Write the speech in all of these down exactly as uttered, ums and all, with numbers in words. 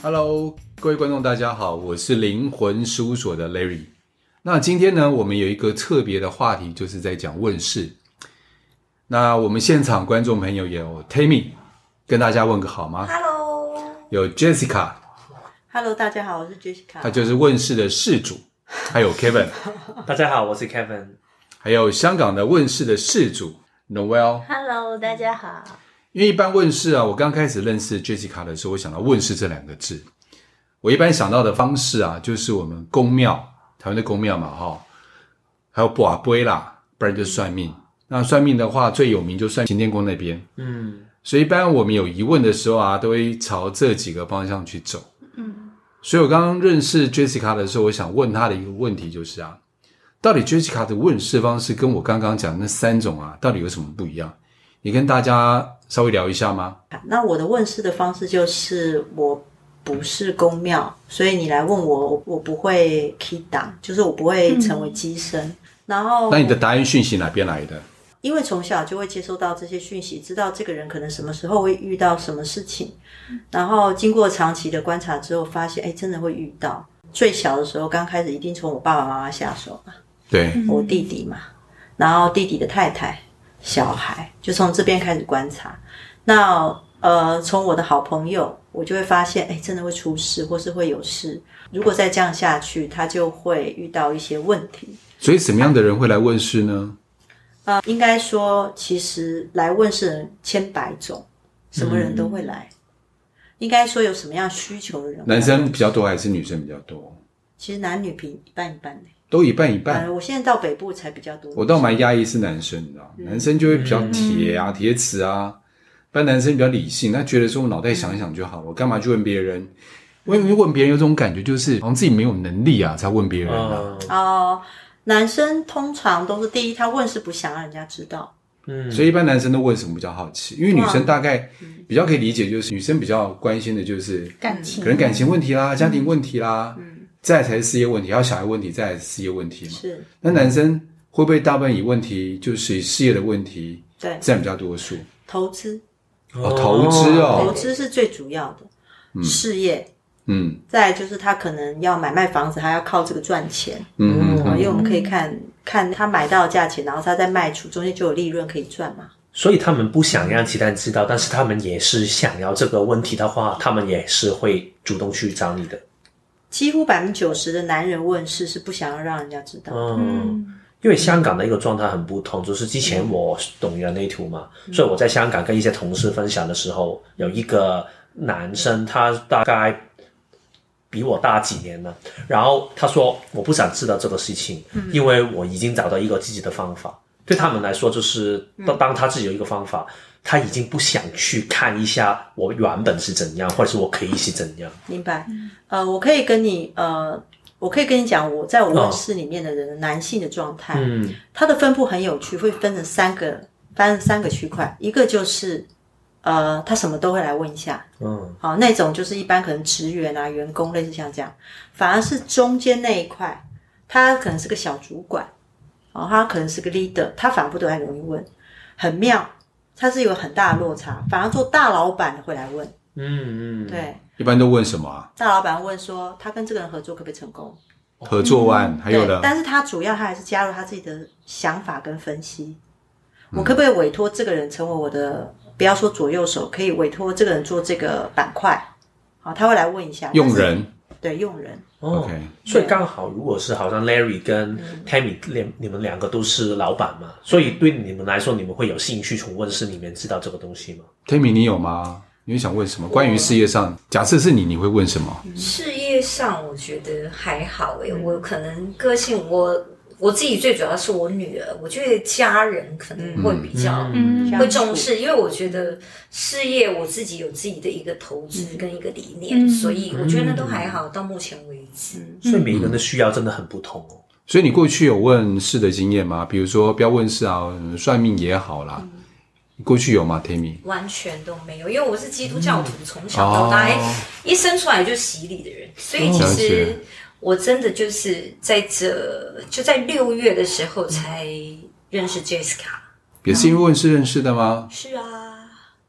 Hello， 各位观众大家好，我是灵魂事务所的 Larry。那今天呢，我们有一个特别的话题，就是在讲问世。那我们现场观众朋友有 Tammy， 跟大家问个好吗 ？Hello， 有 Jessica。Hello， 大家好，我是 Jessica。 她就是问世的事主。还有 Kevin。 大家好，我是 Kevin。 还有香港的问世的事主 Noel。Hello， 大家好。 因为一般问世啊，我刚开始认识 Jessica 的时候，我想到问世这两个字，我一般想到的方式啊，就是我们宫庙，台湾的宫庙嘛，哈，还有卜龟啦，不然就算命。那算命的话，最有名就算行天宫那边，嗯，所以一般我们有疑问的时候啊，都会朝这几个方向去走，嗯。所以我刚刚认识 Jessica 的时候，我想问她的一个问题就是啊，到底 Jessica 的问世方式跟我刚刚讲的那三种啊，到底有什么不一样？你跟大家稍微聊一下吗？ 那我的问世的方式就是我不是宫庙，所以你来问我，我不会 key down， 就是我不会成为乩身、嗯。然后， 那你的答案讯息哪边来的？ 因为从小就会接收到这些讯息，知道这个人可能什么时候会遇到什么事情，然后经过长期的观察之后，发现哎，真的会遇到。最小的时候，刚开始一定从我爸爸妈妈下手嘛，对，我弟弟嘛，然后弟弟的太太。小孩就从这边开始观察，那呃，从我的好朋友，我就会发现，哎，真的会出事，或是会有事。如果再这样下去，他就会遇到一些问题。 所以，什么样的人会来问世呢？ 呃，应该说，其实来问世的人千百种，什么人都会来。嗯、应该说，有什么样需求的人会来， 男生比较多还是女生比较多？ 其实男女平一半一半的。 都一半一半、 呃、我现在到北部才比较多。 我倒蛮压抑是男生，你知道、嗯、男生就会比较铁啊、铁齿、嗯、啊，不然男生比较理性，他觉得说我脑袋想一想就好，我干嘛去问别人？因为问别人有种感觉，就是好像自己没有能力啊，才问别人啊。 哦、呃，男生通常都是第一，他问是不想让人家知道。 嗯，所以一般男生都问什么比较好奇，因为女生大概比较可以理解，就是女生比较关心的就是感情， 可能感情问题啦、家庭问题啦。嗯，再来才是事业问题，还有小孩问题，再来是事业问题嘛。 是。那男生会不会大部分以问题就是以事业的问题， 对， 占比较多数？ 投资。 哦，投资哦， 投资是最主要的。嗯、事业。 嗯。 再来就是他可能要买卖房子，他要靠这个赚钱。 嗯嗯、 哦。因为我们可以看看他买到的价钱，然后他再卖出，中间就有利润可以赚嘛。 所以他们不想让其他人知道，但是他们也是想要这个问题的话，他们也是会主动去找你的。 几乎百分之九十的男人问世是不想要让人家知道的。 嗯，因为香港的一个状态很不同，就是之前我懂人类图嘛、嗯，所以我在香港跟一些同事分享的时候，有一个男生他大概比我大几年了，然后他说我不想知道这个事情、嗯、因为我已经找到一个自己的方法。对他们来说，就是当他自己有一个方法、嗯、他已经不想去看一下我原本是怎样，或者是我可以是怎样。 明白。呃，我可以跟你呃，我可以跟你讲，我在我问世里面的人、哦、男性的状态，嗯，它的分布很有趣，会分成三个，分成三个区块。一个就是呃，他什么都会来问一下，嗯，好，那种就是一般可能职员啊、员工类似像这样，反而是中间那一块，他可能是个小主管。哦，他可能是个 leader， 他反复都还容易问，很妙，他是有很大的落差，反而做大老板的会来问，嗯嗯，对， 一般都问什么啊？ 大老板问说他跟这个人合作可不可以成功？ 合作案、嗯、还有呢？ 但是他主要他还是加入他自己的想法跟分析，我可不可以委托这个人成为我的，不要说左右手，可以委托这个人做这个板块，好，他会来问一下用人。 对，用人。 哦 OK， 所以刚好如果是好像 Larry 跟 Tammy、嗯、你们两个都是老板嘛，所以对你们来说，你们会有兴趣从问世里面知道这个东西吗？ Tammy 你有吗？你会想问什么？关于事业上，假设是你，你会问什么？ 事业上我觉得还好诶、欸，我可能个性我我自己最主要是我女儿，我觉得家人可能会比较、嗯嗯、会重视，因为我觉得事业我自己有自己的一个投资跟一个理念、嗯、所以我觉得那都还好、嗯、到目前为止、 嗯、所以每个人的需要真的很不同哦。 所以你过去有问事的经验吗？比如说不要问事啊，算命也好啦、嗯、你过去有吗 Tammy？ 完全都没有，因为我是基督教徒、嗯、从小到大、哦、一生出来就洗礼的人，所以其实我真的就是在这就在六月的时候才认识 Jessica， 也是因为问世认识的吗？ 是啊。 哦，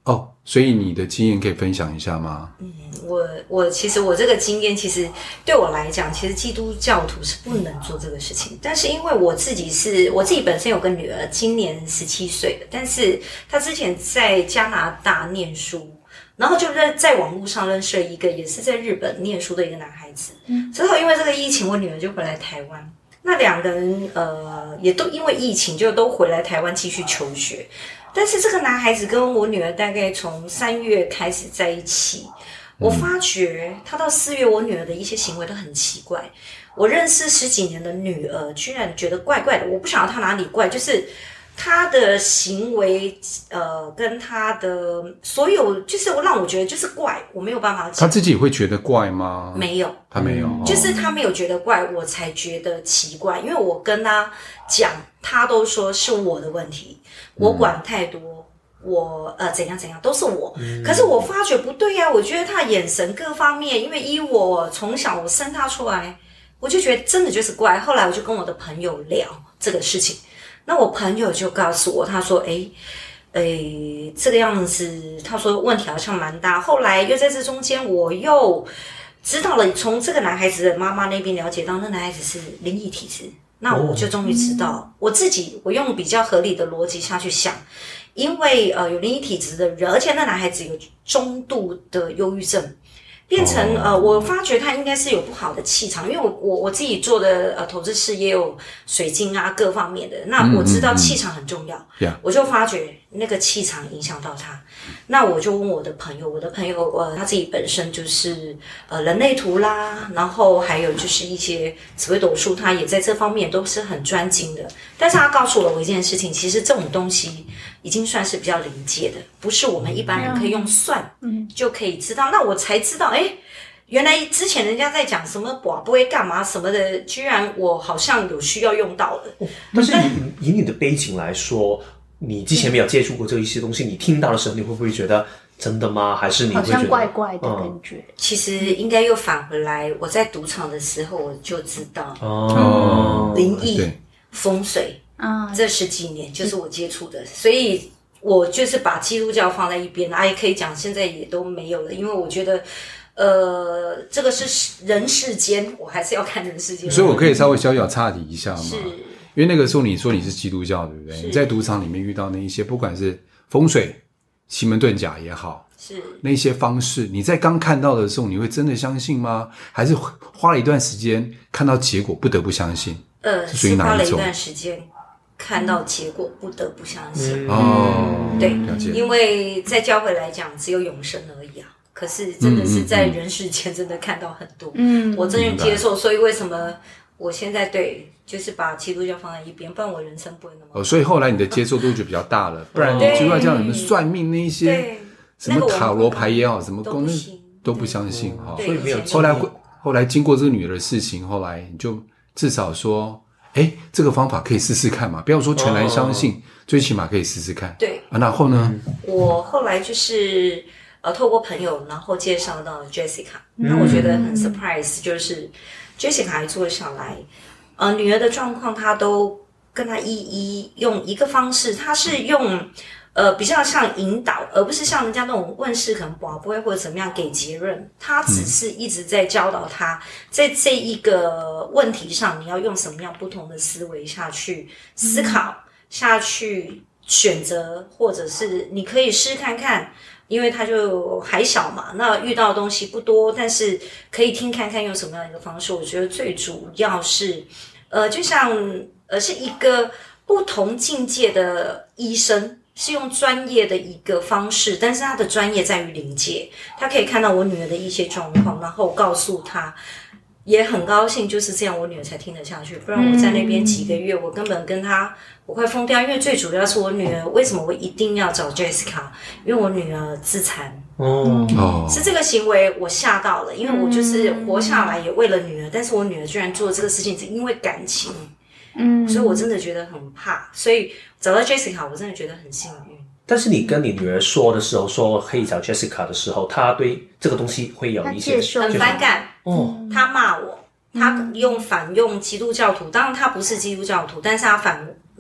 所以你的经验可以分享一下吗？ 嗯，我我其实我这个经验，其实对我来讲，其实基督教徒是不能做这个事情。但是因为我自己是我自己本身有个女儿，今年十七岁了，但是她之前在加拿大念书，然后就认在网络上认识了一个也是在日本念书的一个男孩子。嗯，之后因为这个疫情，我女儿就回来台湾。那两个人呃也都因为疫情就都回来台湾继续求学。但是这个男孩子跟我女儿大概从三月开始在一起，我发觉他到四月，我女儿的一些行为都很奇怪。我认识十几年的女儿，居然觉得怪怪的。我不晓得他哪里怪，就是他的行为，呃，跟他的所有，就是让我觉得就是怪，我没有办法讲。 他自己会觉得怪吗？ 没有， 他没有， 就是他没有觉得怪，我才觉得奇怪。因为我跟他讲，他都说是我的问题。我管太多，我呃怎样怎样都是我，嗯、可是我发觉不对呀、啊，我觉得他眼神各方面，因为依我从小我生他出来，我就觉得真的就是怪。后来我就跟我的朋友聊这个事情，那我朋友就告诉我，他说：“诶诶，这个样子，他说问题好像蛮大。”后来又在这中间，我又知道了，从这个男孩子的妈妈那边了解到，那男孩子是灵异体质。那我就终于知道，哦、我自己我用比较合理的逻辑下去想，因为呃有灵异体质的人，而且那男孩子有中度的忧郁症，变成、哦、呃我发觉他应该是有不好的气场，因为我我我自己做的呃投资事业有水晶啊各方面的，那我知道气场很重要，嗯嗯嗯、我就发觉那个气场影响到他，那我就问我的朋友，我的朋友呃他自己本身就是呃人类图啦，然后还有就是一些紫微斗数，他也在这方面都是很专精的。但是他告诉了我一件事情，其实这种东西已经算是比较临界的，不是我们一般人可以用算就可以知道。那我才知道，诶原来之前人家在讲什么卜不会干嘛什么的，居然我好像有需要用到的。 哦、但是以以你的背景来说，你之前没有接触过这一些东西，你听到的时候，你会不会觉得真的吗？还是你会觉得好像怪怪的感觉？嗯、 其实应该又返回来，我在赌场的时候我就知道哦， 灵异、风水啊，这十几年就是我接触的，所以我就是把基督教放在一边，啊，也可以讲现在也都没有了，因为我觉得。呃，这个是人世间，我还是要看人世间。 所以我可以稍微小小岔题一下嘛， 是， 因为那个时候你说你是基督教，对不对？你在赌场里面遇到那一些，不管是风水、奇门遁甲也好， 是那一些方式，你在刚看到的时候，你会真的相信吗？还是花了一段时间看到结果，不得不相信？ 呃， 是属于哪一种？ 花了一段时间看到结果，不得不相信。 嗯、哦， 对， 了解。 因为在教会来讲，只有永生而已啊。可是真的是在人世间真的看到很多，嗯，我真的接受，所以为什么我现在对就是把基督教放在一边，不然我人生不会那么哦。所以后来你的接受度就比较大了，不然你基督教叫你们算命那一些什么塔罗牌也好，什么功能都不相信哈。 所以没有后来后来经过这个女儿的事情，后来你就至少说，哎，这个方法可以试试看嘛，不要说全然相信，最起码可以试试看。 对啊，然后呢？ 我后来就是。呃，透过朋友，然后介绍到 Jessica， 那我觉得很 surprise， 就是 Jessica 还坐下来，呃，女儿的状况，她都跟她一一用一个方式，她是用呃比较像引导，而不是像人家那种问世可能卜不会或者怎么样给结论，她只是一直在教导她，在这一个问题上，你要用什么样不同的思维下去思考，下去选择，或者是你可以试看看。因为他就还小嘛，那遇到的东西不多，但是可以听看看用什么样的一个方式。我觉得最主要是，呃，就像呃是一个不同境界的医生，是用专业的一个方式，但是他的专业在于临界，他可以看到我女儿的一些状况，然后告诉她。也很高兴，就是这样，我女儿才听得下去。不然我在那边几个月，我根本跟她我快疯掉。因为最主要是我女儿，为什么我一定要找 Jessica？ 因为我女儿自残， 哦， 是这个行为我吓到了，因为我就是活下来也为了女儿，但是我女儿居然做这个事情是因为感情，嗯，所以我真的觉得很怕。所以找到 Jessica， 我真的觉得很幸运。 但是你跟你女儿说的时候，说可以找 Jessica 的时候，她对这个东西会有一些很反感。 哦， 她骂我，她用反用基督教徒，当然她不是基督教徒，但是她反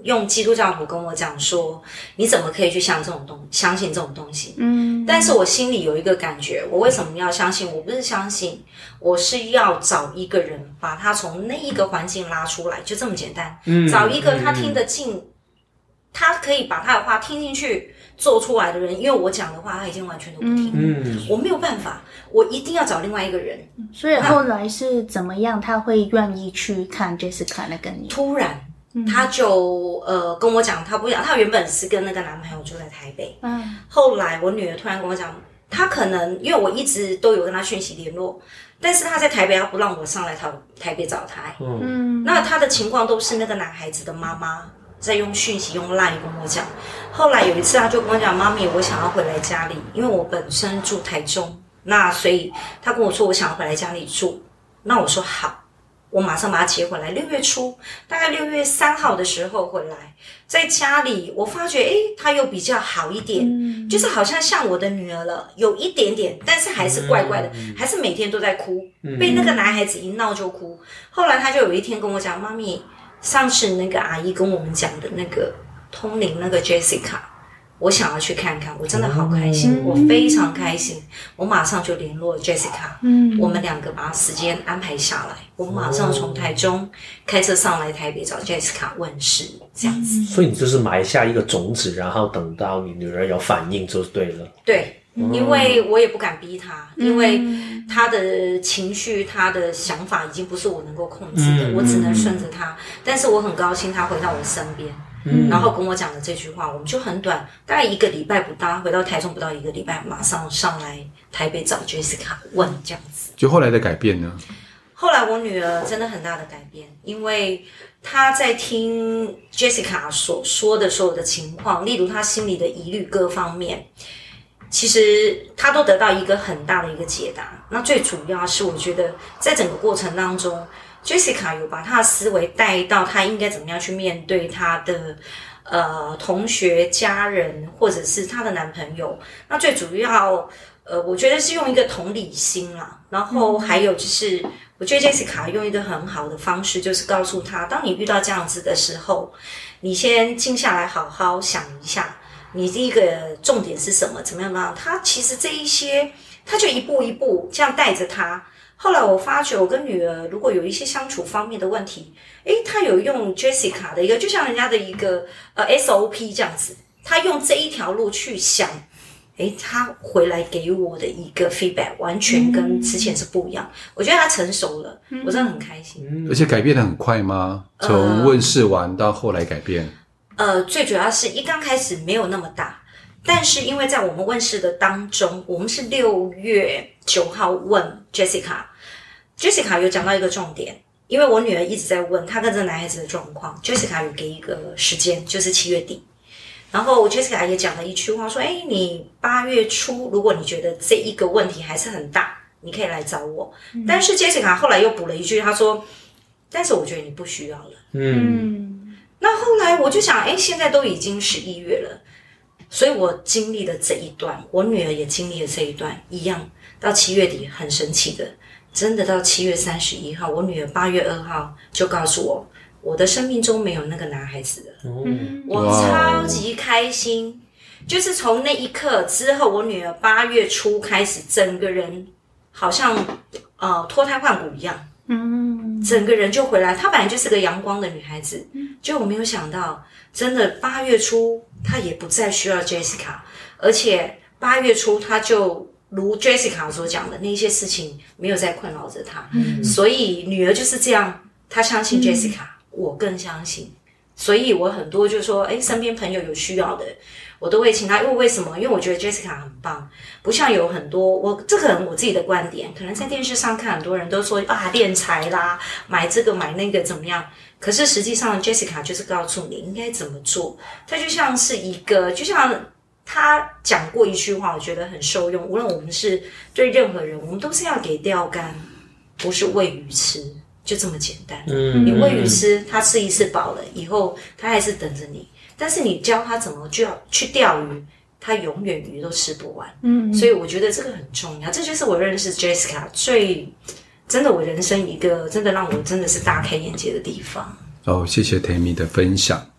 用基督教徒跟我讲说，你怎么可以去相这种东相信这种东西？嗯，但是我心里有一个感觉，我为什么要相信？我不是相信，我是要找一个人把他从那一个环境拉出来，就这么简单。嗯，找一个他听得进，嗯、他可以把他的话听进去做出来的人，因为我讲的话他已经完全都不听，嗯，我没有办法，我一定要找另外一个人。 所以后来是怎么样？他会愿意去看 Jessica 那个你？ 突然。他就呃跟我讲，他不想，他原本是跟那个男朋友住在台北，嗯，后来我女儿突然跟我讲，他可能因为我一直都有跟他讯息联络，但是他在台北，他不让我上来台台北找他，嗯，那他的情况都是那个男孩子的妈妈在用讯息用 LINE 跟我讲，后来有一次他就跟我讲，妈咪，我想要回来家里，因为我本身住台中，那所以他跟我说我想要回来家里住，那我说好。我马上把他接回来，六月初，大概六月三号的时候回来，在家里我发觉，诶，他又比较好一点，嗯、就是好像像我的女儿了，有一点点，但是还是怪怪的，嗯、还是每天都在哭，嗯、被那个男孩子一闹就哭。后来他就有一天跟我讲，妈咪，上次那个阿姨跟我们讲的那个通灵那个 Jessica。我想要去看看，我真的好开心，嗯、我非常开心。我马上就联络 Jessica，嗯，我们两个把时间安排下来，我马上从台中开车上来台北找 Jessica 问事，这样子。 所以你就是埋下一个种子，然后等到你女儿有反应就对了。 对，因为我也不敢逼她，嗯、因为她的情绪、她的想法已经不是我能够控制的，嗯、我只能顺着她。但是我很高兴她回到我身边。嗯、然后跟我讲的这句话，我们就很短，大概一个礼拜不到，回到台中不到一个礼拜，马上上来台北找 Jessica 问这样子。 就后来的改变呢？ 后来我女儿真的很大的改变，因为她在听 Jessica 所说的所有的情况，例如她心里的疑虑各方面，其实她都得到一个很大的一个解答。那最主要是我觉得在整个过程当中，Jessica 有把她的思维带到她应该怎么样去面对她的呃同学、家人，或者是她的男朋友。那最主要，呃，我觉得是用一个同理心啦。然后还有就是，我觉得 Jessica 用一个很好的方式，就是告诉她，当你遇到这样子的时候，你先静下来，好好想一下，你第一个重点是什么？怎么样呢？她其实这一些，她就一步一步这样带着她。后来我发觉，我跟女儿如果有一些相处方面的问题，诶，她有用 Jessica 的一个，就像人家的一个呃 S O P 这样子，她用这一条路去想，诶，她回来给我的一个 feedback 完全跟之前是不一样。嗯、我觉得她成熟了，嗯、我真的很开心。 而且改变得很快吗？从问世完到后来改变？ 呃，最主要是一刚开始没有那么大。但是因为在我们问世的当中，我们是六月九号问 Jessica， Jessica 有讲到一个重点，因为我女儿一直在问她跟这个男孩子的状况， Jessica 有给一个时间，就是七月底，然后 Jessica 也讲了一句话说，诶，你八月初如果你觉得这一个问题还是很大，你可以来找我。嗯、但是 Jessica 后来又补了一句，她说，但是我觉得你不需要了。嗯，那后来我就想，诶，现在都已经十一月了，所以我经历了这一段，我女儿也经历了这一段，一样到七月底很神奇的，真的到七月三十一号，我女儿八月二号就告诉我，我的生命中没有那个男孩子了。嗯、我超级开心，就是从那一刻之后，我女儿八月初开始，整个人好像呃脱胎换骨一样。嗯，整个人就回来。她本来就是个阳光的女孩子，结果我没有想到，真的八月初她也不再需要 Jessica， 而且八月初她就如 Jessica 所讲的那些事情没有再困扰着她。嗯，所以女儿就是这样，她相信 Jessica，嗯、我更相信。所以我很多就说，诶，身边朋友有需要的，我都会请他。因为为什么？因为我觉得 Jessica 很棒，不像有很多我这可能我自己的观点，可能在电视上看很多人都说啊敛财啦，买这个买那个怎么样？可是实际上 Jessica 就是告诉你应该怎么做。它就像是一个，就像他讲过一句话，我觉得很受用。无论我们是对任何人，我们都是要给钓竿，不是喂鱼吃。就这么简单，嗯，你喂鱼吃，他吃一次饱了，以后他还是等着你。但是你教他怎么就要去钓鱼，他永远鱼都吃不完。嗯，所以我觉得这个很重要。这就是我认识 Jessica 最真的我人生一个真的让我真的是大开眼界的地方。 哦，谢谢 Tammy 的分享。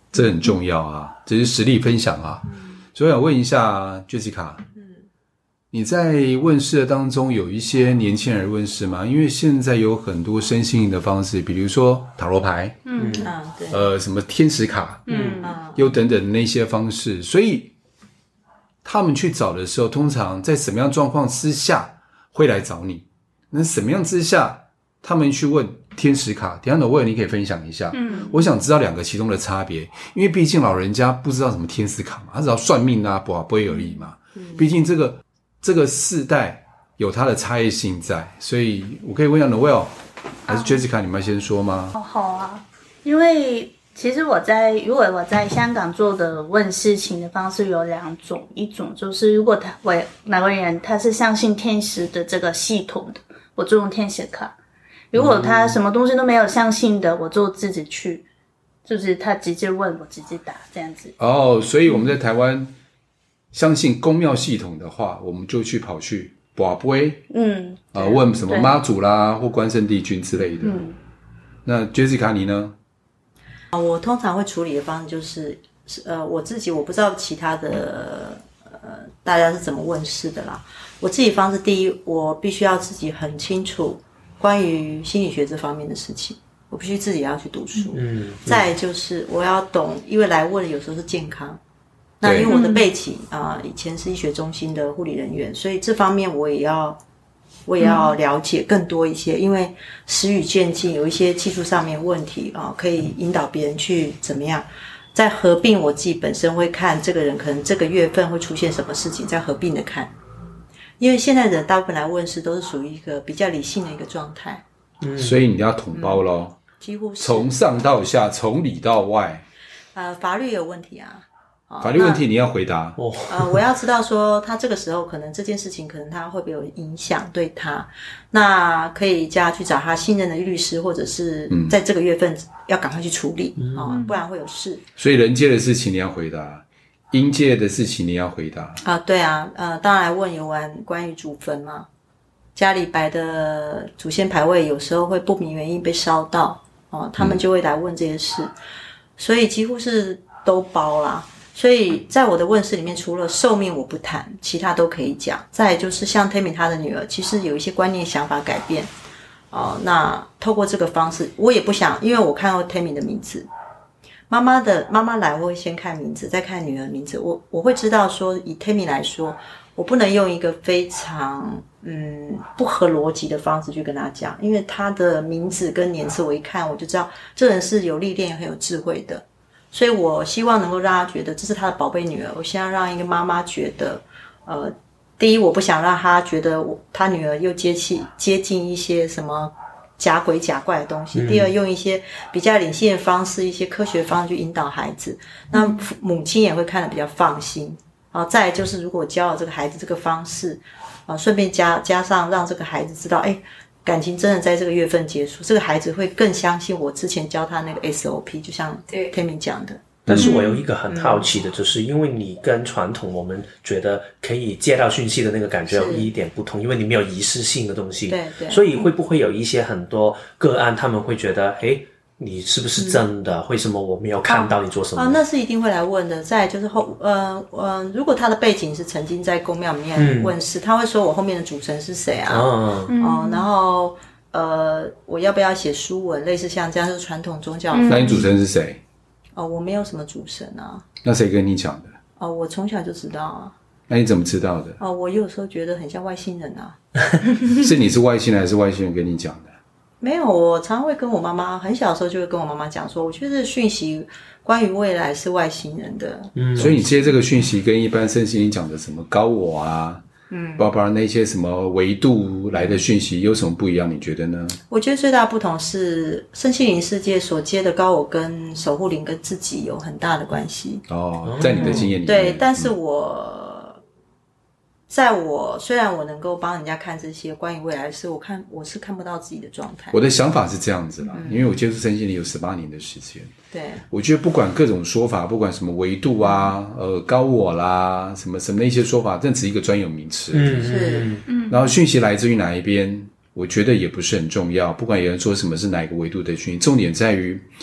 这很重要啊，这是实力分享啊。嗯、所以我想问一下 Jessica， 嗯，你在问世的当中有一些年轻人问世吗？因为现在有很多身心灵的方式，比如说塔罗牌， 嗯啊对， 呃，什么天使卡， 嗯啊， 又等等的那些方式，所以他们去找的时候，通常在什么样状况之下会来找你？那什么样之下他们去问天使卡？等一下我你可以分享一下。嗯，我想知道两个其中的差别，因为毕竟老人家不知道什么天使卡嘛，他只要算命啊、卜龟而已嘛。嗯，毕竟这个这个世代有它的差异性在，所以我可以问一下 Noel 还是 Jessica，、啊、你们先说吗？ 哦，好啊，因为其实我在如果我在香港做的问事情的方式有两种，一种就是如果他我哪个人他是相信天使的这个系统的，我就用天使卡。如果他什么东西都没有相信的，我就自己去，就是他直接问我直接答这样子。 哦，所以我们在台湾相信公庙系统的话，我们就去跑去卜龟，嗯，啊、呃，问什么妈祖啦或关圣帝君之类的。嗯，那 Jessica 你呢？ 我通常会处理的方式就是，呃，我自己我不知道其他的呃大家是怎么问事的啦。我自己方式，第一，我必须要自己很清楚关于心理学这方面的事情，我必须自己要去读书。嗯，再来就是我要懂，因为来问有时候是健康。那因为我的背景啊、呃，以前是医学中心的护理人员，所以这方面我也要我也要了解更多一些，因为时与渐进，有一些技术上面问题啊、呃，可以引导别人去怎么样。再合并我自己本身会看这个人可能这个月份会出现什么事情，再合并的看。因为现在人大部分来问事都是属于一个比较理性的一个状态， 嗯，所以你要统包咯、嗯、 几乎是从上到下，从里到外。 呃，法律有问题啊。 法律问题你要回答哦。呃，我要知道说他这个时候可能这件事情可能他会不会有影响对他，那可以叫他去找他信任的律师，或者是在这个月份要赶快去处理、嗯哦、不然会有事。 所以人界的事情你要回答，阴界的事情你要回答啊。对啊，呃，当然来问有关关于祖坟嘛，家里摆的祖先牌位有时候会不明原因被烧到哦，他们就会来问这些事、嗯、所以几乎是都包啦。所以在我的问事里面，除了寿命我不谈，其他都可以讲。再来就是像 Tammy 她的女儿，其实有一些观念想法改变，哦、呃，那透过这个方式，我也不想，因为我看过 Tammy 的名字，妈妈的妈妈来，我会先看名字，再看女儿名字，我我会知道说，以 Tammy 来说，我不能用一个非常嗯不合逻辑的方式去跟她讲，因为她的名字跟年次我一看，我就知道这人是有历练、很有智慧的。所以我希望能够让他觉得这是他的宝贝女儿，我希望让一个妈妈觉得呃，第一我不想让他觉得我他女儿又接近接近一些什么假鬼假怪的东西、嗯、第二用一些比较理性的方式，一些科学方式去引导孩子，那母亲也会看得比较放心。然后再来就是如果教了这个孩子这个方式啊，顺便加加上让这个孩子知道哎，感情真的在这个月份结束，这个孩子会更相信我之前教他那个 S O P， 就像 Tammy 讲的。 但是我有一个很好奇的，就是因为你跟传统我们觉得可以接到讯息的那个感觉有一点不同，因为你没有仪式性的东西， 对对， 所以会不会有一些很多个案他们会觉得诶你是不是真的、嗯、为什么我没有看到你做什么？ 啊，那是一定会来问的。再来就是后呃呃，如果他的背景是曾经在宫庙里面问事、嗯、他会说我后面的主神是谁啊？哦、嗯呃，然后呃，我要不要写书文，类似像这样是传统宗教、嗯。 那你主神是谁？ 哦、呃，我没有什么主神啊。 那谁跟你讲的？ 哦、呃，我从小就知道啊。 那你怎么知道的？ 哦、呃，我有时候觉得很像外星人啊。 是你是外星人还是外星人跟你讲的？ 没有，我常常会跟我妈妈，很小的时候就会跟我妈妈讲说，我觉得讯息关于未来是外星人的。 嗯，所以你接这个讯息跟一般身心灵讲的什么高我啊，嗯，包括那些什么维度来的讯息有什么不一样？你觉得呢？ 我觉得最大的不同是身心灵世界所接的高我跟守护灵跟自己有很大的关系。 哦，在你的经验里面， 对，但是我。嗯在我虽然我能够帮人家看这些关于未来的事，我看我是看不到自己的状态。 我的想法是这样子啦、嗯、因为我接触身心灵有十八年的时间。 对， 我觉得不管各种说法，不管什么维度啊、呃高我啦，什么什么那些说法，这只是一个专有名词。 嗯，是，嗯。 然后讯息来自于哪一边，我觉得也不是很重要。不管有人说什么是哪一个维度的讯息，重点在于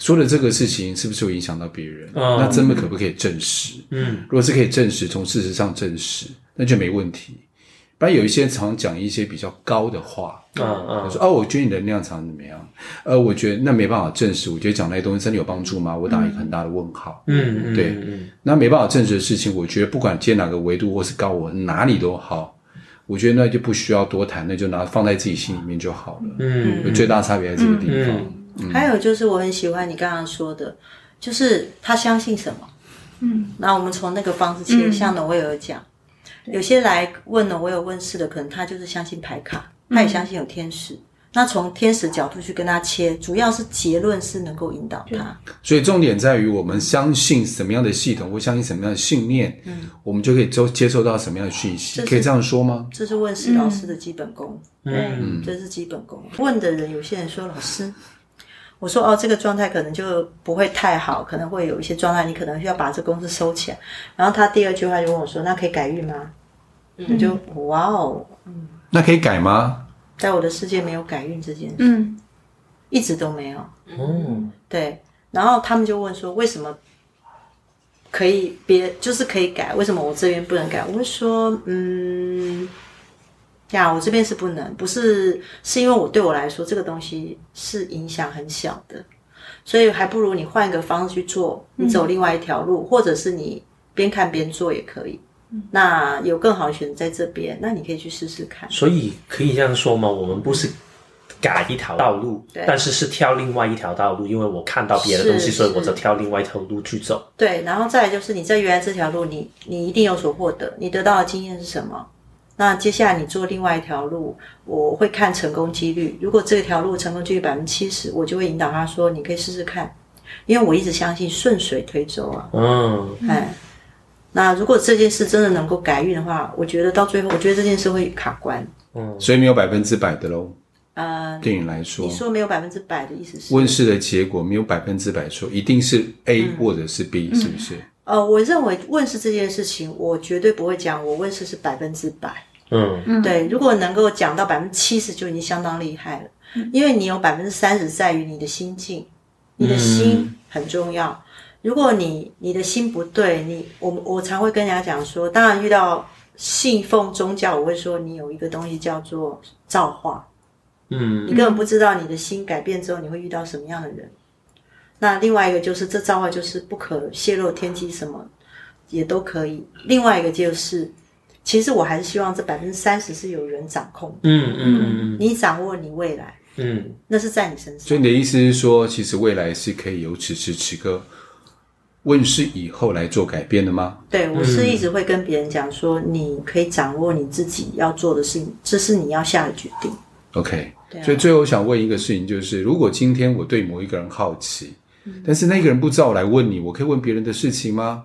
说的这个事情是不是会影响到别人？ 嗯、 那真的可不可以证实？嗯，如果是可以证实，从事实上证实，那就没问题。不然有一些常讲一些比较高的话， 嗯嗯， 说哦，我觉得你能量场怎么样？呃，我觉得那没办法证实。我觉得讲那些东西真的有帮助吗？我打一个很大的问号。 嗯嗯， 对， 嗯， 那没办法证实的事情，我觉得不管接哪个维度或是高我哪里都好，我觉得那就不需要多谈，那就拿放在自己心里面就好了。嗯，最大差别在这个地方。 嗯嗯、 还有就是我很喜欢你刚刚说的，就是他相信什么。嗯，那我们从那个方式切，嗯、像呢我也有讲。有些来问了我有问事的，可能他就是相信牌卡，他也相信有天使。嗯、那从天使角度去跟他切，主要是结论是能够引导他。 所以重点在于我们相信什么样的系统，或相信什么样的信念，嗯，我们就可以接接受到什么样的讯息，可以这样说吗？ 这是问事老师的基本功，嗯，这是基本功。问的人，有些人说老师。我说哦，这个状态可能就不会太好，可能会有一些状态，你可能需要把这公司收起来。然后他第二句话就问我说：“那可以改运吗？”我、嗯、就哇哦，嗯， 那可以改吗？ 在我的世界没有改运这件事， 嗯， 一直都没有。 哦， 对。然后他们就问说：“为什么可以别就是可以改？为什么我这边不能改？”我会说：“嗯。”呀，我这边是不能，不是是因为我对我来说这个东西是影响很小的，所以还不如你换一个方式去做，你走另外一条路，嗯、或者是你边看边做也可以。嗯、那有更好的选择在这边，那你可以去试试看。 所以可以这样说吗？我们不是改一条道路，但是是挑另外一条道路，因为我看到别的东西，所以我就挑另外一条路去走。 对，然后再来就是你在原来这条路，你你一定有所获得，你得到的经验是什么？那接下来你做另外一条路，我会看成功几率。如果这条路成功几率百分之七十，我就会引导他说：“你可以试试看。”因为我一直相信顺水推舟啊。嗯，哎，那如果这件事真的能够改运的话，我觉得到最后，我觉得这件事会卡关。 嗯，所以没有百分之百的喽。 呃， 对你来说， 你说没有百分之百的意思是？ 问世的结果没有百分之百说一定是 A、嗯、或者是 B，、嗯、是不是？ 呃，我认为问世这件事情，我绝对不会讲我问世是百分之百。嗯，对，如果能够讲到百分之七十，就已经相当厉害了。嗯、因为你有百分之三十在于你的心境，你的心很重要。嗯、如果你你的心不对，你我我常会跟人家讲说，当然遇到信奉宗教，我会说你有一个东西叫做造化。嗯，你根本不知道你的心改变之后，你会遇到什么样的人。那另外一个就是这造化就是不可泄露天机，什么也都可以。另外一个就是。其实我还是希望这百分之三十是有人掌控的，嗯嗯嗯，你掌握你未来，嗯，那是在你身上。 所以你的意思是说，其实未来是可以由此时此刻问世以后来做改变的吗？ 对，我是一直会跟别人讲说，你可以掌握你自己要做的事情，这是你要下的决定。 OK，、啊、所以最后我想问一个事情，就是如果今天我对某一个人好奇，嗯、但是那个人不知道我来问你，我可以问别人的事情吗？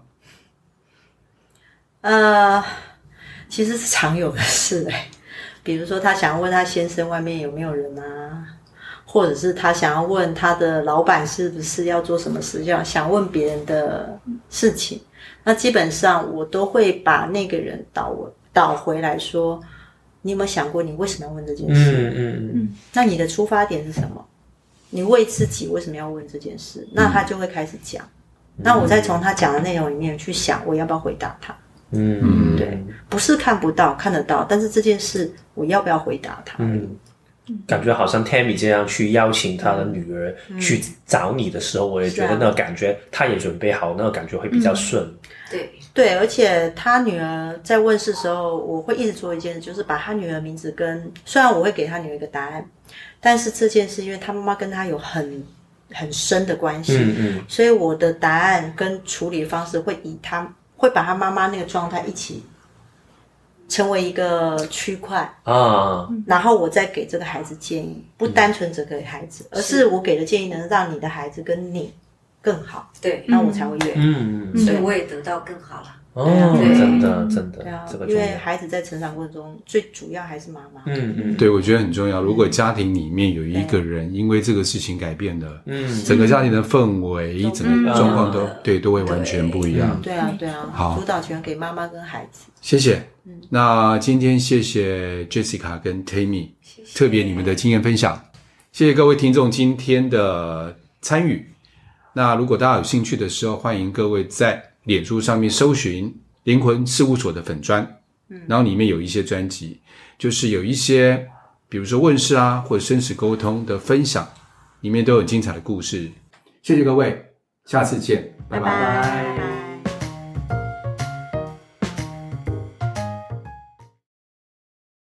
呃。其实是常有的事哎、欸，比如说他想要问他先生外面有没有人啊，或者是他想要问他的老板是不是要做什么事，要想问别人的事情，那基本上我都会把那个人导我导回来说，你有没有想过你为什么要问这件事？嗯嗯嗯。那你的出发点是什么？你为自己为什么要问这件事？那他就会开始讲，嗯、那我再从他讲的内容里面去想，我要不要回答他？嗯，对，不是看不到，看得到，但是这件事我要不要回答他？嗯， 感觉好像 Tammy 这样去邀请他的女儿去找你的时候，嗯、我也觉得那个感觉，他也准备好，那个感觉会比较顺。嗯、 对对，而且他女儿在问世的时候，我会一直做一件事，就是把他女儿名字跟，虽然我会给他女儿一个答案，但是这件事因为他妈妈跟他有很很深的关系，嗯嗯，所以我的答案跟处理的方式会以他。会把他妈妈那个状态一起成为一个区块啊，然后我再给这个孩子建议，不单纯只给孩子，嗯、而是我给的建议能让你的孩子跟你更好， 对， 那我才会愿意， 嗯， 所以我也得到更好了。 哦，真的真的， 对啊， 这个因为孩子在成长过程中，最主要还是妈妈。 嗯嗯，对，我觉得很重要。如果家庭里面有一个人因为这个事情改变了，嗯，整个家庭的氛围、嗯、整个状况都、嗯、对都会完全不一样。 对啊对啊，好，主导权给妈妈跟孩子。 谢谢。嗯，那今天谢谢 Jessica 跟 Tammy， 特别你们的经验分享。谢谢各位听众今天的参与。 那如果大家有兴趣的时候，欢迎各位在脸书上面搜寻灵魂事务所的粉专，然后里面有一些专辑，就是有一些比如说问世啊或者生死沟通的分享，里面都有精彩的故事。谢谢各位，下次见，拜拜。 拜拜。